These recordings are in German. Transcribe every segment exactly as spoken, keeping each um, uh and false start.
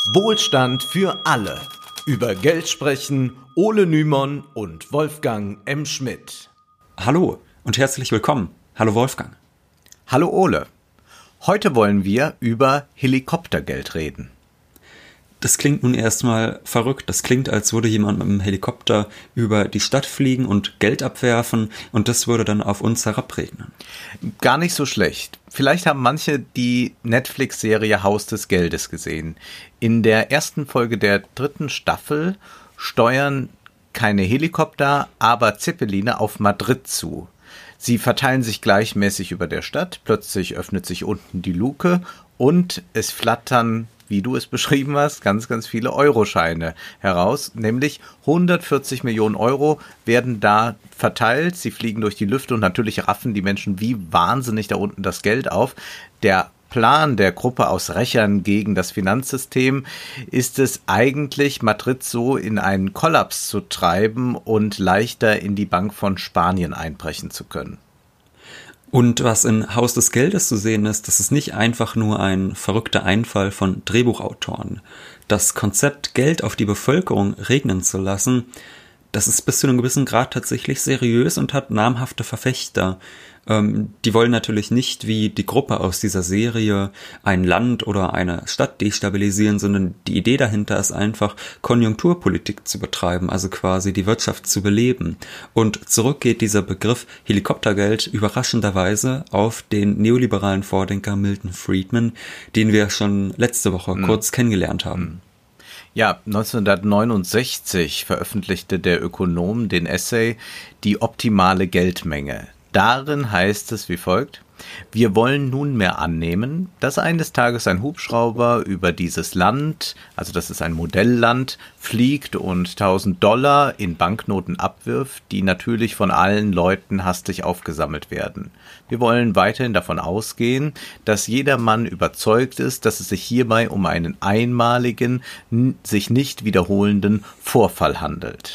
Wohlstand für alle. Über Geld sprechen Ole Nymon und Wolfgang M. Schmidt. Hallo und herzlich willkommen. Hallo Wolfgang. Hallo Ole. Heute wollen wir über Helikoptergeld reden. Das klingt nun erstmal verrückt. Das klingt, als würde jemand mit einem Helikopter über die Stadt fliegen und Geld abwerfen und das würde dann auf uns herabregnen. Gar nicht so schlecht. Vielleicht haben manche die Netflix-Serie Haus des Geldes gesehen. In der ersten Folge der dritten Staffel steuern keine Helikopter, aber Zeppeline auf Madrid zu. Sie verteilen sich gleichmäßig über der Stadt. Plötzlich öffnet sich unten die Luke und es flattern, wie du es beschrieben hast, ganz, ganz viele Euroscheine heraus. Nämlich hundertvierzig Millionen Euro werden da verteilt. Sie fliegen durch die Lüfte und natürlich raffen die Menschen wie wahnsinnig da unten das Geld auf. Der Plan der Gruppe aus Rächern gegen das Finanzsystem ist es eigentlich, Madrid so in einen Kollaps zu treiben und leichter in die Bank von Spanien einbrechen zu können. Und was in Haus des Geldes zu sehen ist, das ist nicht einfach nur ein verrückter Einfall von Drehbuchautoren. Das Konzept, Geld auf die Bevölkerung regnen zu lassen, das ist bis zu einem gewissen Grad tatsächlich seriös und hat namhafte Verfechter. Ähm, die wollen natürlich nicht wie die Gruppe aus dieser Serie ein Land oder eine Stadt destabilisieren, sondern die Idee dahinter ist einfach, Konjunkturpolitik zu betreiben, also quasi die Wirtschaft zu beleben. Und zurück geht dieser Begriff Helikoptergeld überraschenderweise auf den neoliberalen Vordenker Milton Friedman, den wir schon letzte Woche mhm. kurz kennengelernt haben. Mhm. Ja, neunzehnhundertneunundsechzig veröffentlichte der Ökonom den Essay Die optimale Geldmenge. Darin heißt es wie folgt: Wir wollen nunmehr annehmen, dass eines Tages ein Hubschrauber über dieses Land, also das ist ein Modellland, fliegt und tausend Dollar in Banknoten abwirft, die natürlich von allen Leuten hastig aufgesammelt werden. Wir wollen weiterhin davon ausgehen, dass jedermann überzeugt ist, dass es sich hierbei um einen einmaligen, sich nicht wiederholenden Vorfall handelt.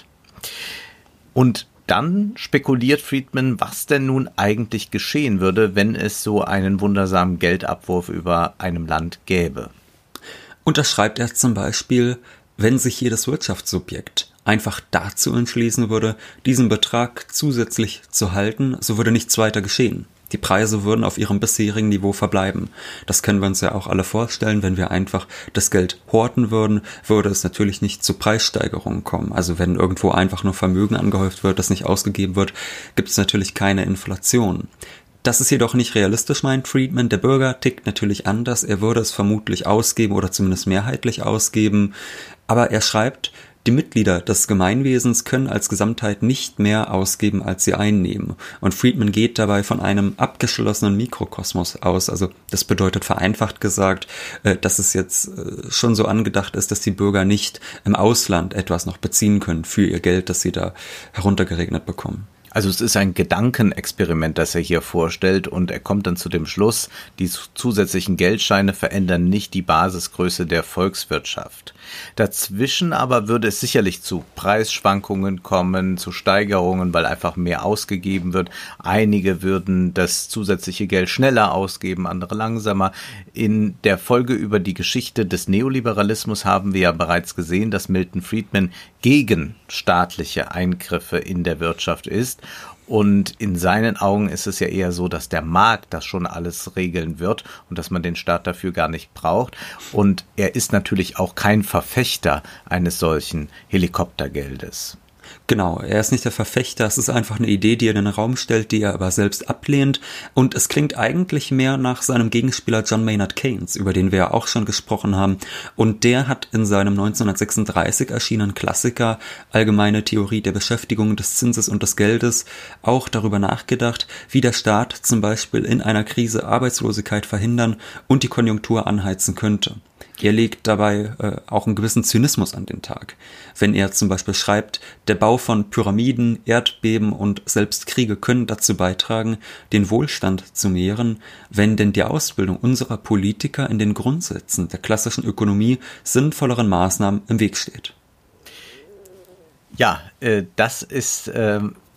Und dann spekuliert Friedman, was denn nun eigentlich geschehen würde, wenn es so einen wundersamen Geldabwurf über einem Land gäbe. Und da schreibt er zum Beispiel, wenn sich jedes Wirtschaftssubjekt einfach dazu entschließen würde, diesen Betrag zusätzlich zu halten, so würde nichts weiter geschehen. Die Preise würden auf ihrem bisherigen Niveau verbleiben. Das können wir uns ja auch alle vorstellen. Wenn wir einfach das Geld horten würden, würde es natürlich nicht zu Preissteigerungen kommen. Also wenn irgendwo einfach nur Vermögen angehäuft wird, das nicht ausgegeben wird, gibt es natürlich keine Inflation. Das ist jedoch nicht realistisch, meint Friedman. Der Bürger tickt natürlich anders. Er würde es vermutlich ausgeben oder zumindest mehrheitlich ausgeben. Aber er schreibt, die Mitglieder des Gemeinwesens können als Gesamtheit nicht mehr ausgeben, als sie einnehmen. Und Friedman geht dabei von einem abgeschlossenen Mikrokosmos aus. Also das bedeutet vereinfacht gesagt, dass es jetzt schon so angedacht ist, dass die Bürger nicht im Ausland etwas noch beziehen können für ihr Geld, das sie da heruntergeregnet bekommen. Also es ist ein Gedankenexperiment, das er hier vorstellt, und er kommt dann zu dem Schluss, die zusätzlichen Geldscheine verändern nicht die Basisgröße der Volkswirtschaft. Dazwischen aber würde es sicherlich zu Preisschwankungen kommen, zu Steigerungen, weil einfach mehr ausgegeben wird. Einige würden das zusätzliche Geld schneller ausgeben, andere langsamer. In der Folge über die Geschichte des Neoliberalismus haben wir ja bereits gesehen, dass Milton Friedman gegen staatliche Eingriffe in der Wirtschaft ist. Und in seinen Augen ist es ja eher so, dass der Markt das schon alles regeln wird und dass man den Staat dafür gar nicht braucht. Und er ist natürlich auch kein Verfechter eines solchen Helikoptergeldes. Genau, er ist nicht der Verfechter, es ist einfach eine Idee, die er in den Raum stellt, die er aber selbst ablehnt, und es klingt eigentlich mehr nach seinem Gegenspieler John Maynard Keynes, über den wir ja auch schon gesprochen haben, und der hat in seinem neunzehnhundertsechsunddreißig erschienenen Klassiker Allgemeine Theorie der Beschäftigung, des Zinses und des Geldes auch darüber nachgedacht, wie der Staat zum Beispiel in einer Krise Arbeitslosigkeit verhindern und die Konjunktur anheizen könnte. Er legt dabei äh, auch einen gewissen Zynismus an den Tag. Wenn er zum Beispiel schreibt, der Bau von Pyramiden, Erdbeben und selbst Kriege können dazu beitragen, den Wohlstand zu mehren, wenn denn die Ausbildung unserer Politiker in den Grundsätzen der klassischen Ökonomie sinnvolleren Maßnahmen im Weg steht. Ja, äh, das ist äh,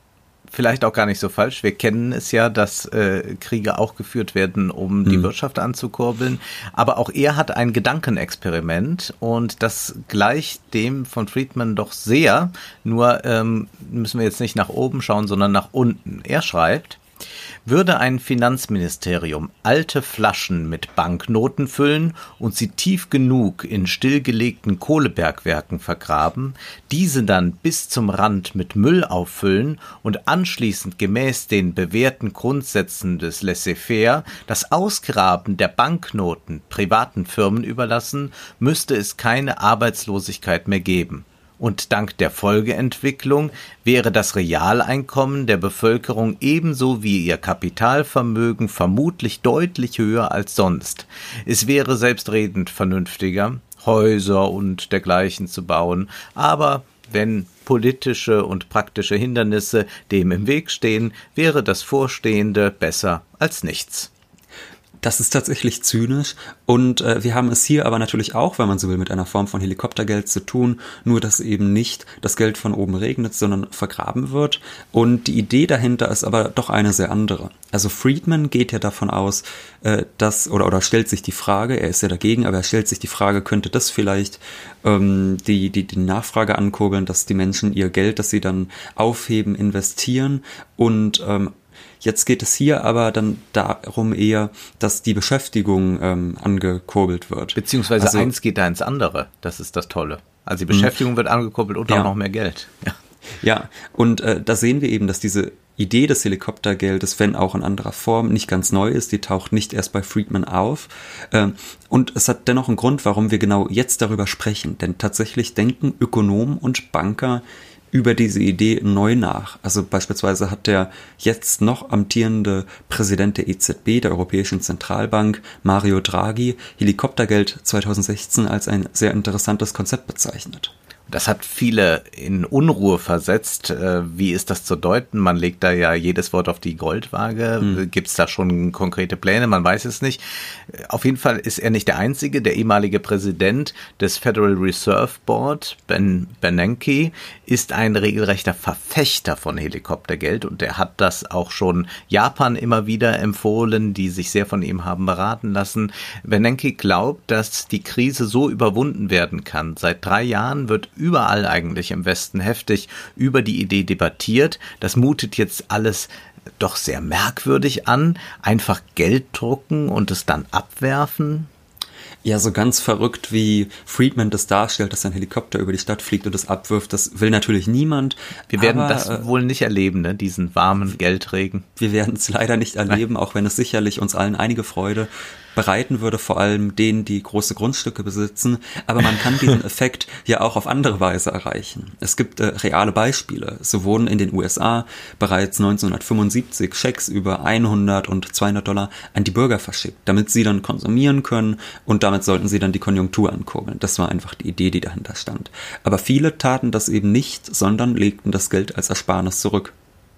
vielleicht auch gar nicht so falsch. Wir kennen es ja, dass äh, Kriege auch geführt werden, um die hm. Wirtschaft anzukurbeln. Aber auch er hat ein Gedankenexperiment und das gleicht dem von Friedman doch sehr. Nur ähm, müssen wir jetzt nicht nach oben schauen, sondern nach unten. Er schreibt: Würde ein Finanzministerium alte Flaschen mit Banknoten füllen und sie tief genug in stillgelegten Kohlebergwerken vergraben, diese dann bis zum Rand mit Müll auffüllen und anschließend gemäß den bewährten Grundsätzen des Laissez-faire das Ausgraben der Banknoten privaten Firmen überlassen, müsste es keine Arbeitslosigkeit mehr geben. Und dank der Folgeentwicklung wäre das Realeinkommen der Bevölkerung ebenso wie ihr Kapitalvermögen vermutlich deutlich höher als sonst. Es wäre selbstredend vernünftiger, Häuser und dergleichen zu bauen, aber wenn politische und praktische Hindernisse dem im Weg stehen, wäre das Vorstehende besser als nichts. Das ist tatsächlich zynisch und äh, wir haben es hier aber natürlich auch, wenn man so will, mit einer Form von Helikoptergeld zu tun, nur dass eben nicht das Geld von oben regnet, sondern vergraben wird, und die Idee dahinter ist aber doch eine sehr andere. Also Friedman geht ja davon aus, äh, dass, oder, oder stellt sich die Frage, er ist ja dagegen, aber er stellt sich die Frage, könnte das vielleicht ähm, die, die, die Nachfrage ankurbeln, dass die Menschen ihr Geld, das sie dann aufheben, investieren, und ähm, jetzt geht es hier aber dann darum eher, dass die Beschäftigung ähm, angekurbelt wird. Beziehungsweise also, eins geht da ins andere. Das ist das Tolle. Also die Beschäftigung mh. wird angekurbelt und ja. auch noch mehr Geld. Ja, ja. und äh, da sehen wir eben, dass diese Idee des Helikoptergeldes, wenn auch in anderer Form, nicht ganz neu ist. Die taucht nicht erst bei Friedman auf. Ähm, und es hat dennoch einen Grund, warum wir genau jetzt darüber sprechen. Denn tatsächlich denken Ökonomen und Banker über diese Idee neu nach. Also beispielsweise hat der jetzt noch amtierende Präsident der E Z B, der Europäischen Zentralbank, Mario Draghi, Helikoptergeld zweitausendsechzehn als ein sehr interessantes Konzept bezeichnet. Das hat viele in Unruhe versetzt. Wie ist das zu deuten? Man legt da ja jedes Wort auf die Goldwaage. Hm. Gibt es da schon konkrete Pläne? Man weiß es nicht. Auf jeden Fall ist er nicht der Einzige. Der ehemalige Präsident des Federal Reserve Board, Ben Bernanke, ist ein regelrechter Verfechter von Helikoptergeld, und er hat das auch schon Japan immer wieder empfohlen, die sich sehr von ihm haben beraten lassen. Bernanke glaubt, dass die Krise so überwunden werden kann. Seit drei Jahren wird überall eigentlich im Westen heftig über die Idee debattiert. Das mutet jetzt alles doch sehr merkwürdig an. Einfach Geld drucken und es dann abwerfen. Ja, so ganz verrückt, wie Friedman das darstellt, dass ein Helikopter über die Stadt fliegt und es abwirft, das will natürlich niemand. Wir werden aber das äh, wohl nicht erleben, ne? Diesen warmen Geldregen. Wir werden es leider nicht erleben, Nein. auch wenn es sicherlich uns allen einige Freude bereiten würde, vor allem denen, die große Grundstücke besitzen. Aber man kann diesen Effekt ja auch auf andere Weise erreichen. Es gibt äh, reale Beispiele. So wurden in den U S A bereits neunzehnhundertfünfundsiebzig Schecks über hundert und zweihundert Dollar an die Bürger verschickt, damit sie dann konsumieren können, und damit sollten sie dann die Konjunktur ankurbeln. Das war einfach die Idee, die dahinter stand. Aber viele taten das eben nicht, sondern legten das Geld als Ersparnis zurück.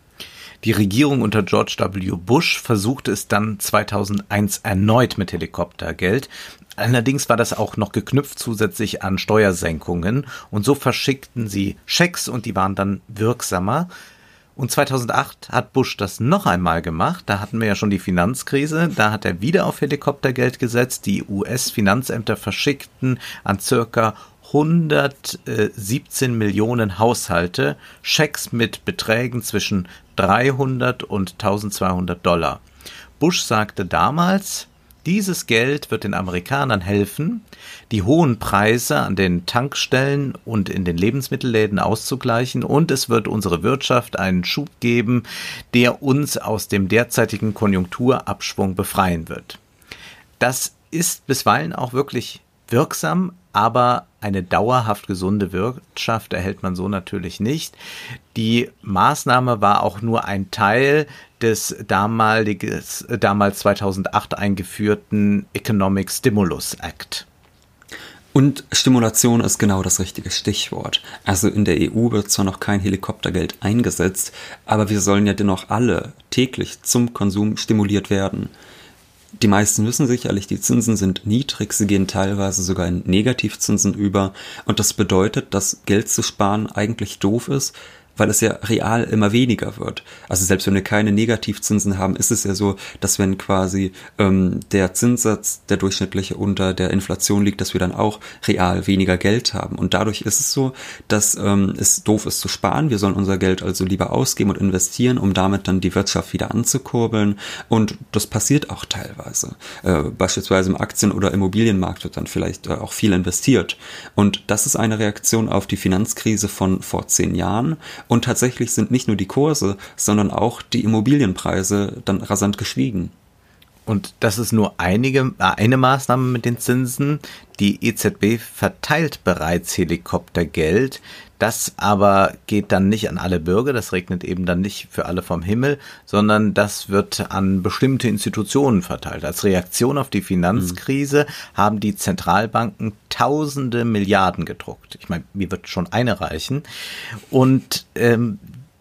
Die Regierung unter George W. Bush versuchte es dann zweitausendeins erneut mit Helikoptergeld. Allerdings war das auch noch geknüpft zusätzlich an Steuersenkungen, und so verschickten sie Schecks und die waren dann wirksamer. Und zweitausendacht hat Bush das noch einmal gemacht. Da hatten wir ja schon die Finanzkrise. Da hat er wieder auf Helikoptergeld gesetzt. Die U S-Finanzämter verschickten an circa hundertsiebzehn Millionen Haushalte Schecks mit Beträgen zwischen dreihundert und eintausendzweihundert Dollar. Bush sagte damals, dieses Geld wird den Amerikanern helfen, die hohen Preise an den Tankstellen und in den Lebensmittelläden auszugleichen, und es wird unsere Wirtschaft einen Schub geben, der uns aus dem derzeitigen Konjunkturabschwung befreien wird. Das ist bisweilen auch wirklich wirksam, aber eine dauerhaft gesunde Wirtschaft erhält man so natürlich nicht. Die Maßnahme war auch nur ein Teil des damaliges, damals zweitausendacht eingeführten Economic Stimulus Act. Und Stimulation ist genau das richtige Stichwort. Also in der E U wird zwar noch kein Helikoptergeld eingesetzt, aber wir sollen ja dennoch alle täglich zum Konsum stimuliert werden. Die meisten wissen sicherlich, die Zinsen sind niedrig, sie gehen teilweise sogar in Negativzinsen über, und das bedeutet, dass Geld zu sparen eigentlich doof ist, weil es ja real immer weniger wird. Also selbst wenn wir keine Negativzinsen haben, ist es ja so, dass wenn quasi ähm, der Zinssatz, der durchschnittliche, unter der Inflation liegt, dass wir dann auch real weniger Geld haben. Und dadurch ist es so, dass ähm, es doof ist zu sparen. Wir sollen unser Geld also lieber ausgeben und investieren, um damit dann die Wirtschaft wieder anzukurbeln. Und das passiert auch teilweise. Äh, beispielsweise im Aktien- oder Immobilienmarkt wird dann vielleicht äh, auch viel investiert. Und das ist eine Reaktion auf die Finanzkrise von vor zehn Jahren. Und tatsächlich sind nicht nur die Kurse, sondern auch die Immobilienpreise dann rasant gestiegen. Und das ist nur einige, eine Maßnahme mit den Zinsen. Die E Z B verteilt bereits Helikoptergeld. Das aber geht dann nicht an alle Bürger, das regnet eben dann nicht für alle vom Himmel, sondern das wird an bestimmte Institutionen verteilt. Als Reaktion auf die Finanzkrise mhm. haben die Zentralbanken tausende Milliarden gedruckt. Ich meine, mir wird schon eine reichen. Und ähm,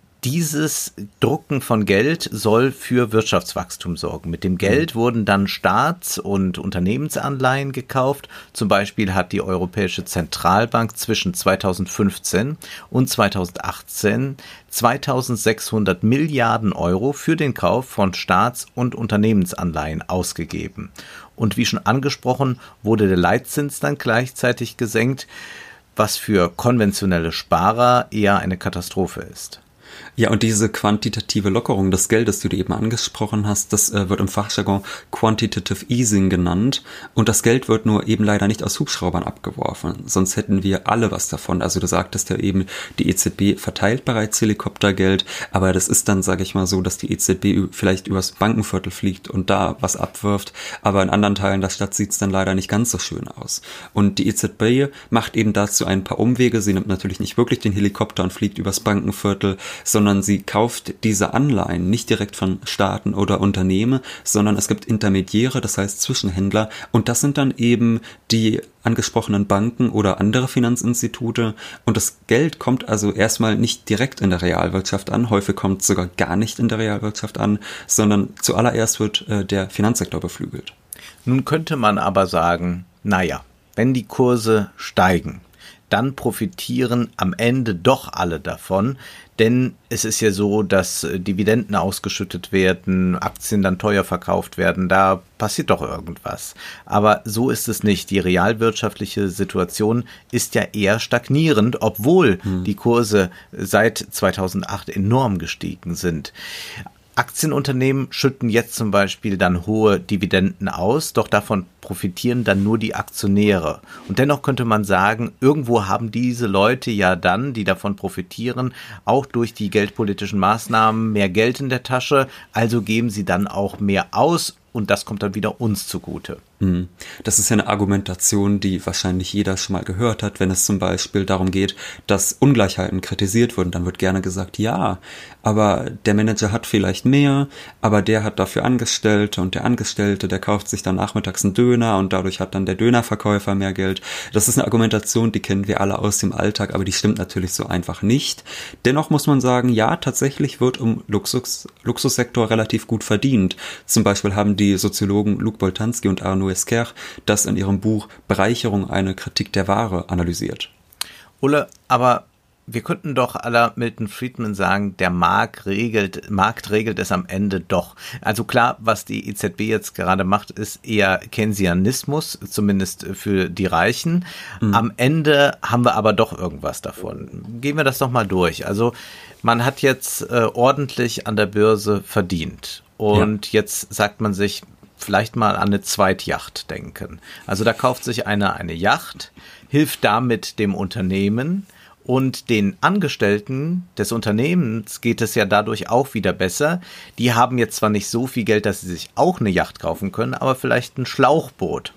dieses Drucken von Geld soll für Wirtschaftswachstum sorgen. Mit dem Geld wurden dann Staats- und Unternehmensanleihen gekauft. Zum Beispiel hat die Europäische Zentralbank zwischen zweitausendfünfzehn und zweitausendachtzehn zweitausendsechshundert Milliarden Euro für den Kauf von Staats- und Unternehmensanleihen ausgegeben. Und wie schon angesprochen, wurde der Leitzins dann gleichzeitig gesenkt, was für konventionelle Sparer eher eine Katastrophe ist. Ja, und diese quantitative Lockerung des Geldes, die du eben angesprochen hast, das äh, wird im Fachjargon Quantitative Easing genannt. Und das Geld wird nur eben leider nicht aus Hubschraubern abgeworfen. Sonst hätten wir alle was davon. Also du sagtest ja eben, die E Z B verteilt bereits Helikoptergeld. Aber das ist dann, sage ich mal so, dass die E Z B vielleicht übers Bankenviertel fliegt und da was abwirft. Aber in anderen Teilen der Stadt sieht es dann leider nicht ganz so schön aus. Und die E Z B macht eben dazu ein paar Umwege. Sie nimmt natürlich nicht wirklich den Helikopter und fliegt übers Bankenviertel, sondern sie kauft diese Anleihen nicht direkt von Staaten oder Unternehmen, sondern es gibt Intermediäre, das heißt Zwischenhändler, und das sind dann eben die angesprochenen Banken oder andere Finanzinstitute, und das Geld kommt also erstmal nicht direkt in der Realwirtschaft an, häufig kommt es sogar gar nicht in der Realwirtschaft an, sondern zuallererst wird äh, der Finanzsektor beflügelt. Nun könnte man aber sagen, naja, wenn die Kurse steigen, dann profitieren am Ende doch alle davon, denn es ist ja so, dass Dividenden ausgeschüttet werden, Aktien dann teuer verkauft werden, da passiert doch irgendwas. Aber so ist es nicht. Die realwirtschaftliche Situation ist ja eher stagnierend, obwohl hm. die Kurse seit zweitausendacht enorm gestiegen sind. Aktienunternehmen schütten jetzt zum Beispiel dann hohe Dividenden aus, doch davon profitieren dann nur die Aktionäre. Und dennoch könnte man sagen, irgendwo haben diese Leute ja dann, die davon profitieren, auch durch die geldpolitischen Maßnahmen mehr Geld in der Tasche, also geben sie dann auch mehr aus. Und das kommt dann wieder uns zugute. Das ist ja eine Argumentation, die wahrscheinlich jeder schon mal gehört hat, wenn es zum Beispiel darum geht, dass Ungleichheiten kritisiert wurden. Dann wird gerne gesagt, ja, aber der Manager hat vielleicht mehr, aber der hat dafür Angestellte und der Angestellte, der kauft sich dann nachmittags einen Döner und dadurch hat dann der Dönerverkäufer mehr Geld. Das ist eine Argumentation, die kennen wir alle aus dem Alltag, aber die stimmt natürlich so einfach nicht. Dennoch muss man sagen, ja, tatsächlich wird im Luxus, Luxussektor relativ gut verdient. Zum Beispiel haben die Soziologen Luc Boltanski und Arnaud Esquer das in ihrem Buch Bereicherung, eine Kritik der Ware analysiert. Ulle, aber wir könnten doch à la Milton Friedman sagen, der Markt regelt, Markt regelt es am Ende doch. Also klar, was die E Z B jetzt gerade macht, ist eher Keynesianismus, zumindest für die Reichen. Mhm. Am Ende haben wir aber doch irgendwas davon. Gehen wir das doch mal durch. Also man hat jetzt äh, ordentlich an der Börse verdient. Und ja. Jetzt sagt man sich, vielleicht mal an eine Zweitjacht denken. Also da kauft sich einer eine Yacht, hilft damit dem Unternehmen, und den Angestellten des Unternehmens geht es ja dadurch auch wieder besser. Die haben jetzt zwar nicht so viel Geld, dass sie sich auch eine Yacht kaufen können, aber vielleicht ein Schlauchboot.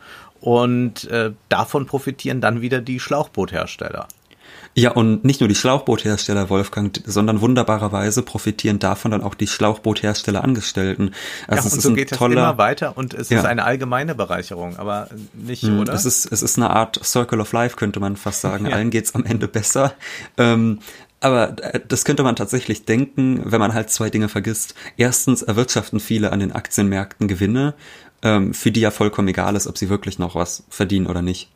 Und äh, davon profitieren dann wieder die Schlauchboothersteller. Ja, und nicht nur die Schlauchboothersteller, Wolfgang, sondern wunderbarerweise profitieren davon dann auch die Schlauchboothersteller-Angestellten. Also ja, es und ist so ein geht toller, es immer weiter und es ja. ist eine allgemeine Bereicherung, aber nicht, hm, oder? Es ist, es ist eine Art Circle of Life, könnte man fast sagen. Ja. Allen geht's am Ende besser. Ähm, Aber das könnte man tatsächlich denken, wenn man halt zwei Dinge vergisst. Erstens erwirtschaften viele an den Aktienmärkten Gewinne, ähm, für die ja vollkommen egal ist, ob sie wirklich noch was verdienen oder nicht.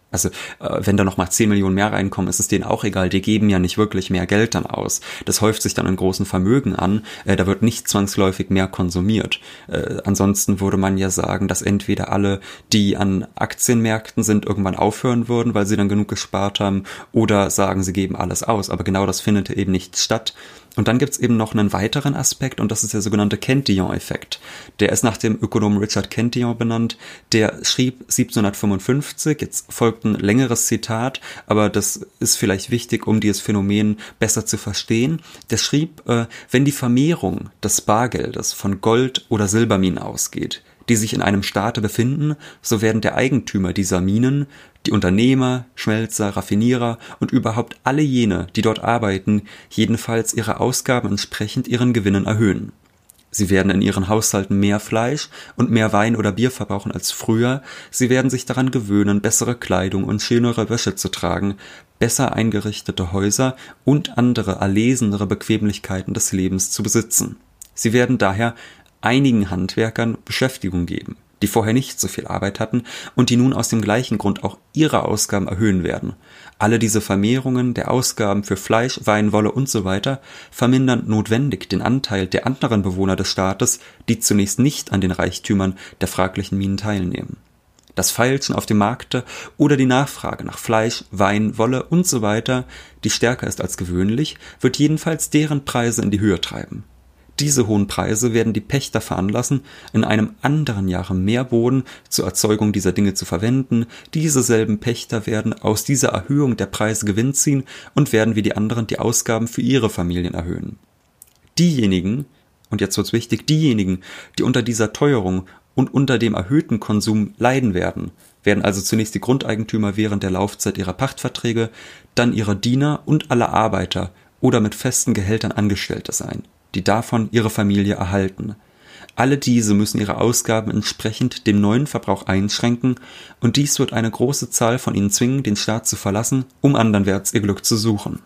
Also äh, wenn da nochmal zehn Millionen mehr reinkommen, ist es denen auch egal, die geben ja nicht wirklich mehr Geld dann aus. Das häuft sich dann in großen Vermögen an, äh, da wird nicht zwangsläufig mehr konsumiert. Äh, ansonsten würde man ja sagen, dass entweder alle, die an Aktienmärkten sind, irgendwann aufhören würden, weil sie dann genug gespart haben, oder sagen, sie geben alles aus. Aber genau das findet eben nicht statt. Und dann gibt's eben noch einen weiteren Aspekt, und das ist der sogenannte Cantillon-Effekt. Der ist nach dem Ökonomen Richard Cantillon benannt. Der schrieb siebzehnhundertfünfundfünfzig, jetzt folgt ein längeres Zitat, aber das ist vielleicht wichtig, um dieses Phänomen besser zu verstehen. Der schrieb, äh, wenn die Vermehrung des Bargeldes von Gold- oder Silberminen ausgeht, die sich in einem Staate befinden, so werden der Eigentümer dieser Minen, die Unternehmer, Schmelzer, Raffinierer und überhaupt alle jene, die dort arbeiten, jedenfalls ihre Ausgaben entsprechend ihren Gewinnen erhöhen. Sie werden in ihren Haushalten mehr Fleisch und mehr Wein oder Bier verbrauchen als früher, sie werden sich daran gewöhnen, bessere Kleidung und schönere Wäsche zu tragen, besser eingerichtete Häuser und andere erlesenere Bequemlichkeiten des Lebens zu besitzen. Sie werden daher einigen Handwerkern Beschäftigung geben, die vorher nicht so viel Arbeit hatten und die nun aus dem gleichen Grund auch ihre Ausgaben erhöhen werden. Alle diese Vermehrungen der Ausgaben für Fleisch, Wein, Wolle und so weiter vermindern notwendig den Anteil der anderen Bewohner des Staates, die zunächst nicht an den Reichtümern der fraglichen Minen teilnehmen. Das Feilschen auf dem Markte oder die Nachfrage nach Fleisch, Wein, Wolle und so weiter, die stärker ist als gewöhnlich, wird jedenfalls deren Preise in die Höhe treiben. Diese hohen Preise werden die Pächter veranlassen, in einem anderen Jahre mehr Boden zur Erzeugung dieser Dinge zu verwenden. Diese selben Pächter werden aus dieser Erhöhung der Preise Gewinn ziehen und werden wie die anderen die Ausgaben für ihre Familien erhöhen. Diejenigen, und jetzt wird's wichtig, diejenigen, die unter dieser Teuerung und unter dem erhöhten Konsum leiden werden, werden also zunächst die Grundeigentümer während der Laufzeit ihrer Pachtverträge, dann ihre Diener und alle Arbeiter oder mit festen Gehältern Angestellte sein, die davon ihre Familie erhalten. Alle diese müssen ihre Ausgaben entsprechend dem neuen Verbrauch einschränken, und dies wird eine große Zahl von ihnen zwingen, den Staat zu verlassen, um anderwärts ihr Glück zu suchen.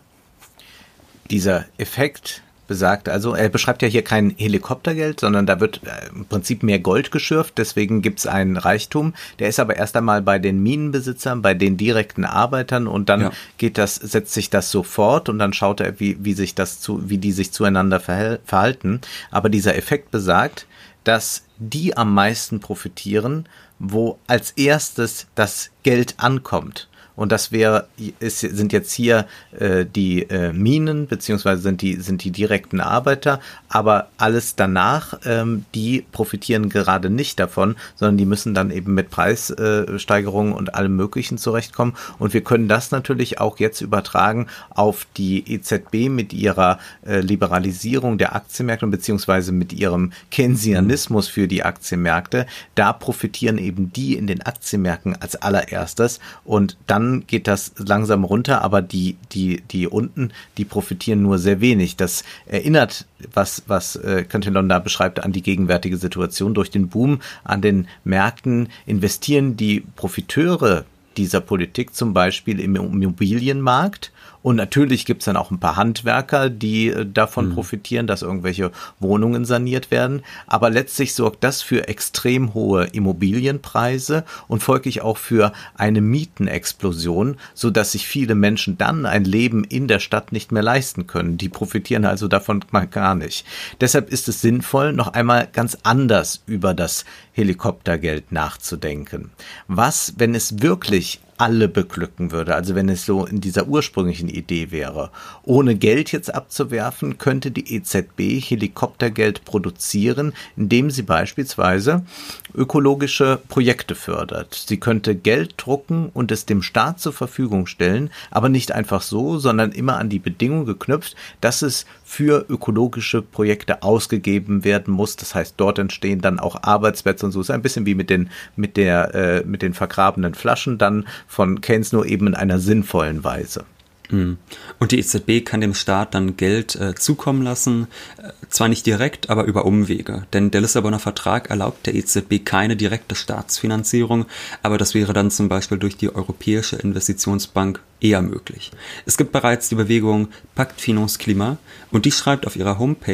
Dieser Effekt besagt also, er beschreibt ja hier kein Helikoptergeld, sondern da wird im Prinzip mehr Gold geschürft, deswegen gibt es einen Reichtum. Der ist aber erst einmal bei den Minenbesitzern, bei den direkten Arbeitern, und dann ja. geht das, setzt sich das so fort, und dann schaut er, wie, wie sich das zu, wie die sich zueinander verhalten. Aber dieser Effekt besagt, dass die am meisten profitieren, wo als erstes das Geld ankommt. Und das wäre, ist, sind jetzt hier äh, die äh, Minen, beziehungsweise sind die, sind die direkten Arbeiter, aber alles danach, ähm, die profitieren gerade nicht davon, sondern die müssen dann eben mit Preissteigerungen äh, und allem Möglichen zurechtkommen. Und wir können das natürlich auch jetzt übertragen auf die E Z B mit ihrer äh, Liberalisierung der Aktienmärkte, beziehungsweise mit ihrem Keynesianismus für die Aktienmärkte. Da profitieren eben die in den Aktienmärkten als allererstes, und dann geht das langsam runter, aber die, die, die unten, die profitieren nur sehr wenig. Das erinnert, was, was äh, Cantillon da beschreibt, an die gegenwärtige Situation. Durch den Boom an den Märkten investieren die Profiteure dieser Politik zum Beispiel im Immobilienmarkt. Und natürlich gibt es dann auch ein paar Handwerker, die äh, davon mhm. profitieren, dass irgendwelche Wohnungen saniert werden. Aber letztlich sorgt das für extrem hohe Immobilienpreise und folglich auch für eine Mietenexplosion, sodass sich viele Menschen dann ein Leben in der Stadt nicht mehr leisten können. Die profitieren also davon mal gar nicht. Deshalb ist es sinnvoll, noch einmal ganz anders über das Helikoptergeld nachzudenken. Was, wenn es wirklich alle beglücken würde, also wenn es so in dieser ursprünglichen Idee wäre. Ohne Geld jetzt abzuwerfen, könnte die E Z B Helikoptergeld produzieren, indem sie beispielsweise ökologische Projekte fördert. Sie könnte Geld drucken und es dem Staat zur Verfügung stellen, aber nicht einfach so, sondern immer an die Bedingung geknüpft, dass es für ökologische Projekte ausgegeben werden muss. Das heißt, dort entstehen dann auch Arbeitsplätze und so. Es ist ein bisschen wie mit den, mit der, äh, mit den vergrabenen Flaschen dann von Keynes, nur eben in einer sinnvollen Weise. Und die E Z B kann dem Staat dann Geld äh, zukommen lassen, äh, zwar nicht direkt, aber über Umwege. Denn der Lissabonner Vertrag erlaubt der E Z B keine direkte Staatsfinanzierung, aber das wäre dann zum Beispiel durch die Europäische Investitionsbank eher möglich. Es gibt bereits die Bewegung Pacte Finance Climat, und die schreibt auf ihrer Homepage: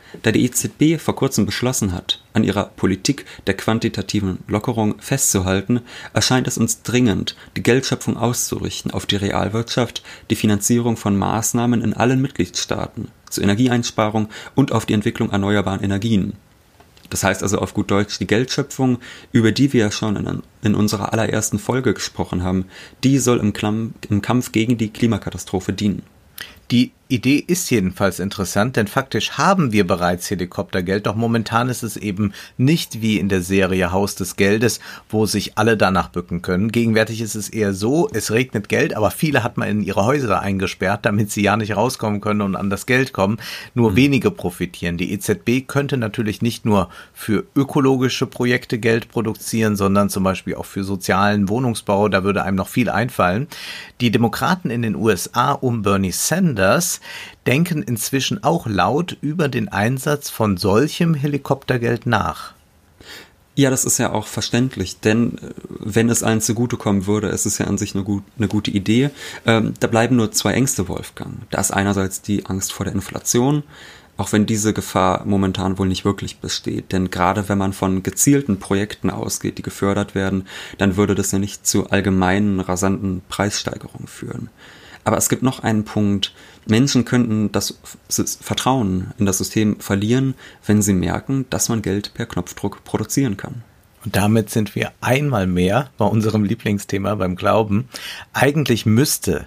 Da die E Z B vor kurzem beschlossen hat, an ihrer Politik der quantitativen Lockerung festzuhalten, erscheint es uns dringend, die Geldschöpfung auszurichten auf die Realwirtschaft, die Finanzierung von Maßnahmen in allen Mitgliedstaaten, zur Energieeinsparung und auf die Entwicklung erneuerbaren Energien. Das heißt also auf gut Deutsch, die Geldschöpfung, über die wir ja schon in, in unserer allerersten Folge gesprochen haben, die soll im, Klamm, im Kampf gegen die Klimakatastrophe dienen. Die Idee ist jedenfalls interessant, denn faktisch haben wir bereits Helikoptergeld, doch momentan ist es eben nicht wie in der Serie Haus des Geldes, wo sich alle danach bücken können. Gegenwärtig ist es eher so, es regnet Geld, aber viele hat man in ihre Häuser eingesperrt, damit sie ja nicht rauskommen können und an das Geld kommen. Nur mhm. wenige profitieren. Die E Z B könnte natürlich nicht nur für ökologische Projekte Geld produzieren, sondern zum Beispiel auch für sozialen Wohnungsbau, da würde einem noch viel einfallen. Die Demokraten in den U S A um Bernie Sanders denken inzwischen auch laut über den Einsatz von solchem Helikoptergeld nach. Ja, das ist ja auch verständlich, denn wenn es allen zugutekommen würde, ist es ja an sich eine, gut, eine gute Idee. Ähm, da bleiben nur zwei Ängste, Wolfgang. Da ist einerseits die Angst vor der Inflation, auch wenn diese Gefahr momentan wohl nicht wirklich besteht. Denn gerade wenn man von gezielten Projekten ausgeht, die gefördert werden, dann würde das ja nicht zu allgemeinen, rasanten Preissteigerungen führen. Aber es gibt noch einen Punkt. Menschen könnten das Vertrauen in das System verlieren, wenn sie merken, dass man Geld per Knopfdruck produzieren kann. Und damit sind wir einmal mehr bei unserem Lieblingsthema, beim Glauben. Eigentlich müsste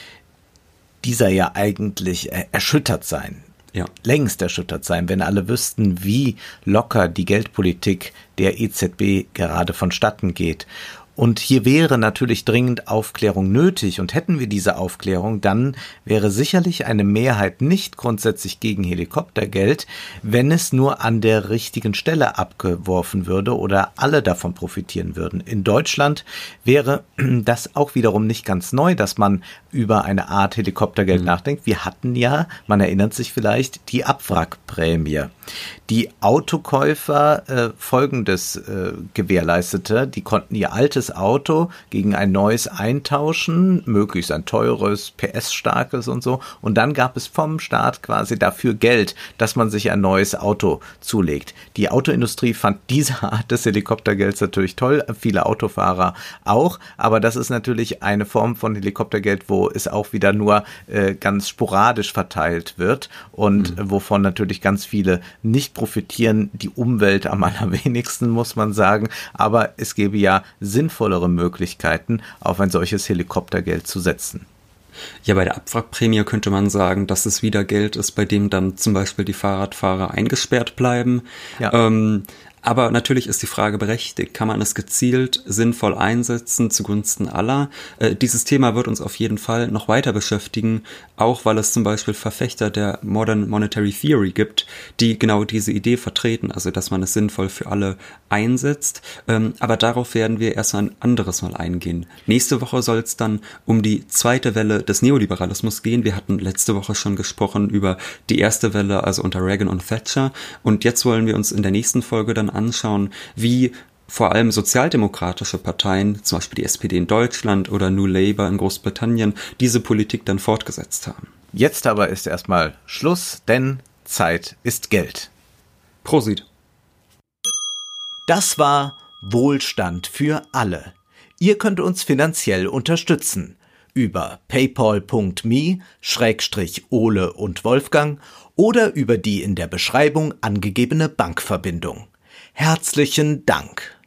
dieser ja eigentlich erschüttert sein. Ja. Längst erschüttert sein, wenn alle wüssten, wie locker die Geldpolitik der E Z B gerade vonstatten geht. Und hier wäre natürlich dringend Aufklärung nötig, und hätten wir diese Aufklärung, dann wäre sicherlich eine Mehrheit nicht grundsätzlich gegen Helikoptergeld, wenn es nur an der richtigen Stelle abgeworfen würde oder alle davon profitieren würden. In Deutschland wäre das auch wiederum nicht ganz neu, dass man über eine Art Helikoptergeld mhm. nachdenkt. Wir hatten ja, man erinnert sich vielleicht, die Abwrackprämie. Die Autokäufer äh, Folgendes äh, gewährleistete, die konnten ihr altes Auto gegen ein neues eintauschen, möglichst ein teures, P S-starkes und so. Und dann gab es vom Staat quasi dafür Geld, dass man sich ein neues Auto zulegt. Die Autoindustrie fand diese Art des Helikoptergelds natürlich toll, viele Autofahrer auch. Aber das ist natürlich eine Form von Helikoptergeld, wo es auch wieder nur äh, ganz sporadisch verteilt wird und mhm. wovon natürlich ganz viele nicht profitieren, die Umwelt am allerwenigsten, muss man sagen. Aber es gäbe ja sinnvollere Möglichkeiten, auf ein solches Helikoptergeld zu setzen. Ja, bei der Abwrackprämie könnte man sagen, dass es wieder Geld ist, bei dem dann zum Beispiel die Fahrradfahrer eingesperrt bleiben. Ja. Ähm, Aber natürlich ist die Frage berechtigt, kann man es gezielt sinnvoll einsetzen zugunsten aller? Äh, dieses Thema wird uns auf jeden Fall noch weiter beschäftigen, auch weil es zum Beispiel Verfechter der Modern Monetary Theory gibt, die genau diese Idee vertreten, also dass man es sinnvoll für alle einsetzt. Ähm, aber darauf werden wir erst ein anderes Mal eingehen. Nächste Woche soll es dann um die zweite Welle des Neoliberalismus gehen. Wir hatten letzte Woche schon gesprochen über die erste Welle, also unter Reagan und Thatcher. Und jetzt wollen wir uns in der nächsten Folge dann anschauen, wie vor allem sozialdemokratische Parteien, zum Beispiel die S P D in Deutschland oder New Labour in Großbritannien, diese Politik dann fortgesetzt haben. Jetzt aber ist erstmal Schluss, denn Zeit ist Geld. Prosit. Das war Wohlstand für alle. Ihr könnt uns finanziell unterstützen über paypal punkt me Schrägstrich Ole und Wolfgang oder über die in der Beschreibung angegebene Bankverbindung. Herzlichen Dank!